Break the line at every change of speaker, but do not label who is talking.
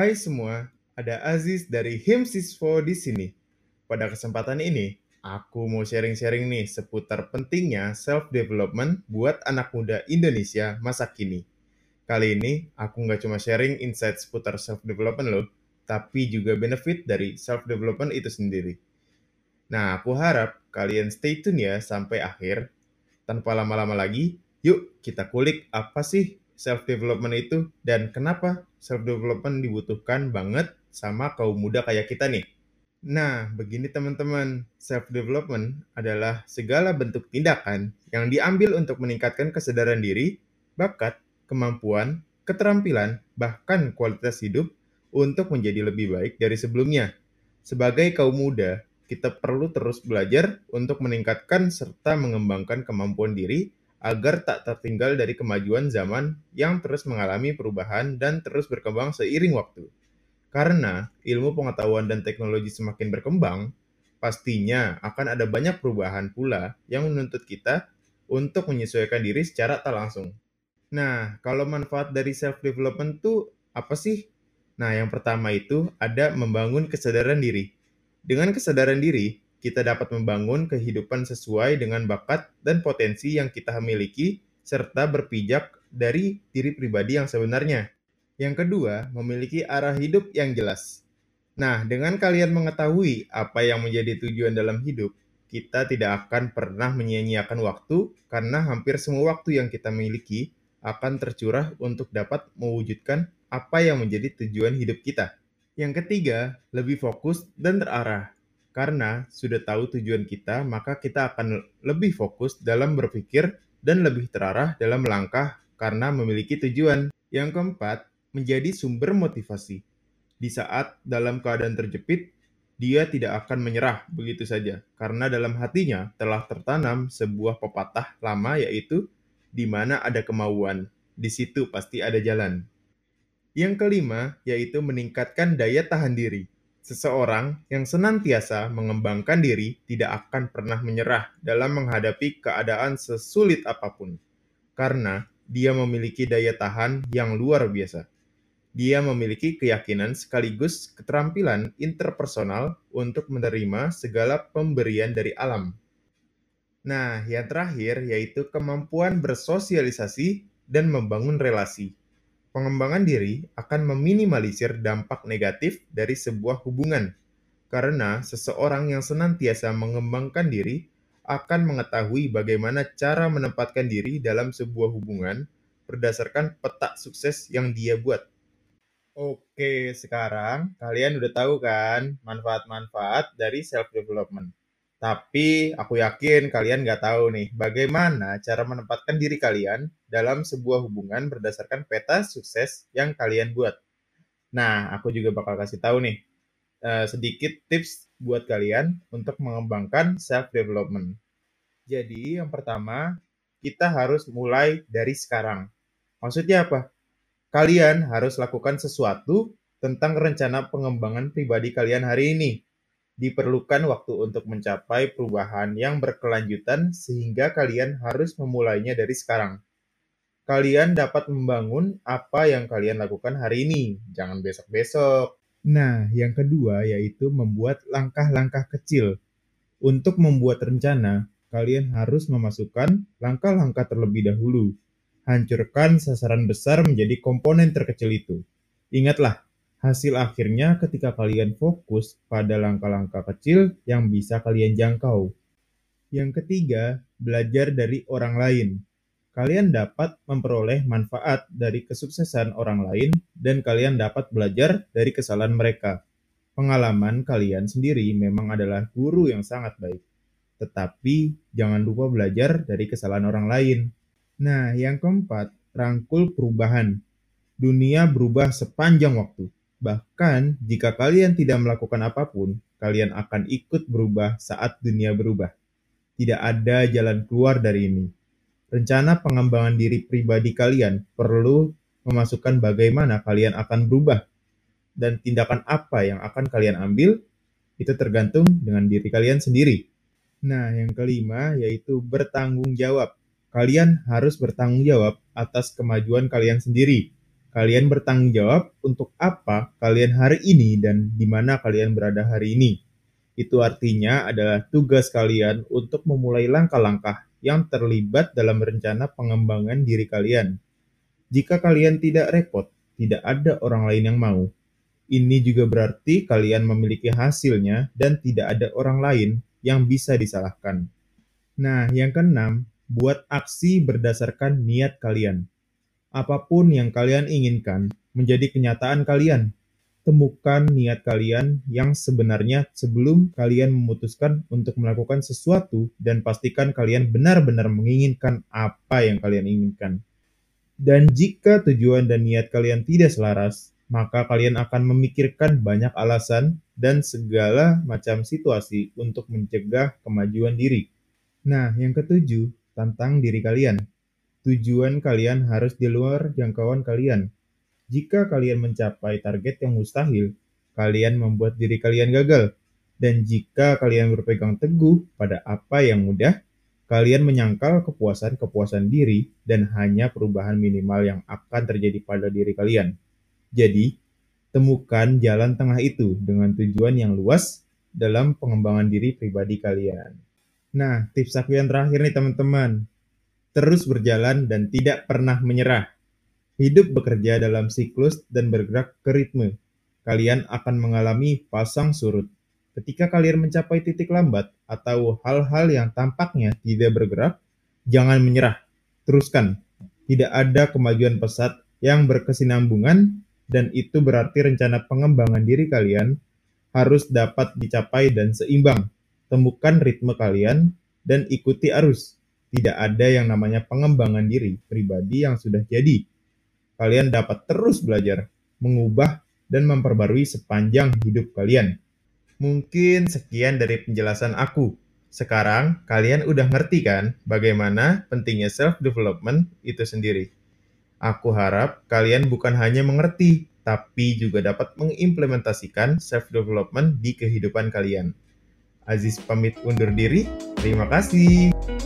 Hai semua, ada Aziz dari Himsisfo di sini. Pada kesempatan ini, aku mau sharing-sharing nih seputar pentingnya self-development buat anak muda Indonesia masa kini. Kali ini, aku nggak cuma sharing insight seputar self-development loh, tapi juga benefit dari self-development itu sendiri. Nah, aku harap kalian stay tune ya sampai akhir. Tanpa lama-lama lagi, yuk kita kulik apa sih self-development itu dan kenapa self-development dibutuhkan banget sama kaum muda kayak kita nih. Nah, begini teman-teman, self-development adalah segala bentuk tindakan yang diambil untuk meningkatkan kesadaran diri, bakat, kemampuan, keterampilan, bahkan kualitas hidup untuk menjadi lebih baik dari sebelumnya. Sebagai kaum muda, kita perlu terus belajar untuk meningkatkan serta mengembangkan kemampuan diri agar tak tertinggal dari kemajuan zaman yang terus mengalami perubahan dan terus berkembang seiring waktu. Karena ilmu pengetahuan dan teknologi semakin berkembang, pastinya akan ada banyak perubahan pula yang menuntut kita untuk menyesuaikan diri secara tak langsung. Nah, kalau manfaat dari self-development itu apa sih? Nah, yang pertama itu ada membangun kesadaran diri. Dengan kesadaran diri, kita dapat membangun kehidupan sesuai dengan bakat dan potensi yang kita miliki, serta berpijak dari diri pribadi yang sebenarnya. Yang kedua, memiliki arah hidup yang jelas. Nah, dengan kalian mengetahui apa yang menjadi tujuan dalam hidup, kita tidak akan pernah menyia-nyiakan waktu karena hampir semua waktu yang kita miliki akan tercurah untuk dapat mewujudkan apa yang menjadi tujuan hidup kita. Yang ketiga, lebih fokus dan terarah. Karena sudah tahu tujuan kita, maka kita akan lebih fokus dalam berpikir dan lebih terarah dalam melangkah karena memiliki tujuan. Yang keempat, menjadi sumber motivasi. Di saat dalam keadaan terjepit, dia tidak akan menyerah begitu saja, karena dalam hatinya telah tertanam sebuah pepatah lama yaitu di mana ada kemauan, di situ pasti ada jalan. Yang kelima yaitu meningkatkan daya tahan diri. Seseorang yang senantiasa mengembangkan diri tidak akan pernah menyerah dalam menghadapi keadaan sesulit apapun, karena dia memiliki daya tahan yang luar biasa. Dia memiliki keyakinan sekaligus keterampilan interpersonal untuk menerima segala pemberian dari alam. Nah, yang terakhir yaitu kemampuan bersosialisasi dan membangun relasi. Pengembangan diri akan meminimalisir dampak negatif dari sebuah hubungan, karena seseorang yang senantiasa mengembangkan diri akan mengetahui bagaimana cara menempatkan diri dalam sebuah hubungan berdasarkan peta sukses yang dia buat. Oke, sekarang kalian udah tahu kan manfaat-manfaat dari self-development. Tapi aku yakin kalian nggak tahu nih bagaimana cara menempatkan diri kalian dalam sebuah hubungan berdasarkan peta sukses yang kalian buat. Nah, aku juga bakal kasih tahu nih sedikit tips buat kalian untuk mengembangkan self-development. Jadi, yang pertama, kita harus mulai dari sekarang. Maksudnya apa? Kalian harus lakukan sesuatu tentang rencana pengembangan pribadi kalian hari ini. Diperlukan waktu untuk mencapai perubahan yang berkelanjutan sehingga kalian harus memulainya dari sekarang. Kalian dapat membangun apa yang kalian lakukan hari ini, jangan besok-besok. Nah, yang kedua yaitu membuat langkah-langkah kecil. Untuk membuat rencana, kalian harus memasukkan langkah-langkah terlebih dahulu. Hancurkan sasaran besar menjadi komponen terkecil itu. Ingatlah, hasil akhirnya ketika kalian fokus pada langkah-langkah kecil yang bisa kalian jangkau. Yang ketiga, belajar dari orang lain. Kalian dapat memperoleh manfaat dari kesuksesan orang lain dan kalian dapat belajar dari kesalahan mereka. Pengalaman kalian sendiri memang adalah guru yang sangat baik. Tetapi jangan lupa belajar dari kesalahan orang lain. Nah, yang keempat, rangkul perubahan. Dunia berubah sepanjang waktu. Bahkan jika kalian tidak melakukan apapun, kalian akan ikut berubah saat dunia berubah. Tidak ada jalan keluar dari ini. Rencana pengembangan diri pribadi kalian perlu memasukkan bagaimana kalian akan berubah dan tindakan apa yang akan kalian ambil itu tergantung dengan diri kalian sendiri. Nah, yang kelima yaitu bertanggung jawab. Kalian harus bertanggung jawab atas kemajuan kalian sendiri. Kalian bertanggung jawab untuk apa kalian hari ini dan di mana kalian berada hari ini. Itu artinya adalah tugas kalian untuk memulai langkah-langkah yang terlibat dalam rencana pengembangan diri kalian. Jika kalian tidak repot, tidak ada orang lain yang mau. Ini juga berarti kalian memiliki hasilnya dan tidak ada orang lain yang bisa disalahkan. Nah, yang keenam, buat aksi berdasarkan niat kalian. Apapun yang kalian inginkan menjadi kenyataan kalian. Temukan niat kalian yang sebenarnya sebelum kalian memutuskan untuk melakukan sesuatu dan pastikan kalian benar-benar menginginkan apa yang kalian inginkan. Dan jika tujuan dan niat kalian tidak selaras, maka kalian akan memikirkan banyak alasan dan segala macam situasi untuk mencegah kemajuan diri. Nah, yang ketujuh, tantang diri kalian. Tujuan kalian harus di luar jangkauan kalian. Jika kalian mencapai target yang mustahil, kalian membuat diri kalian gagal. Dan jika kalian berpegang teguh pada apa yang mudah, kalian menyangkal kepuasan-kepuasan diri dan hanya perubahan minimal yang akan terjadi pada diri kalian. Jadi, temukan jalan tengah itu dengan tujuan yang luas dalam pengembangan diri pribadi kalian. Nah, tips aku yang terakhir nih teman-teman. Terus berjalan dan tidak pernah menyerah. Hidup bekerja dalam siklus dan bergerak ke ritme. Kalian akan mengalami pasang surut. Ketika kalian mencapai titik lambat atau hal-hal yang tampaknya tidak bergerak, jangan menyerah. Teruskan. Tidak ada kemajuan pesat yang berkesinambungan dan itu berarti rencana pengembangan diri kalian harus dapat dicapai dan seimbang. Temukan ritme kalian dan ikuti arus. Tidak ada yang namanya pengembangan diri pribadi yang sudah jadi. Kalian dapat terus belajar, mengubah, dan memperbarui sepanjang hidup kalian. Mungkin sekian dari penjelasan aku. Sekarang kalian udah ngerti kan bagaimana pentingnya self-development itu sendiri. Aku harap kalian bukan hanya mengerti, tapi juga dapat mengimplementasikan self-development di kehidupan kalian. Aziz pamit undur diri, terima kasih.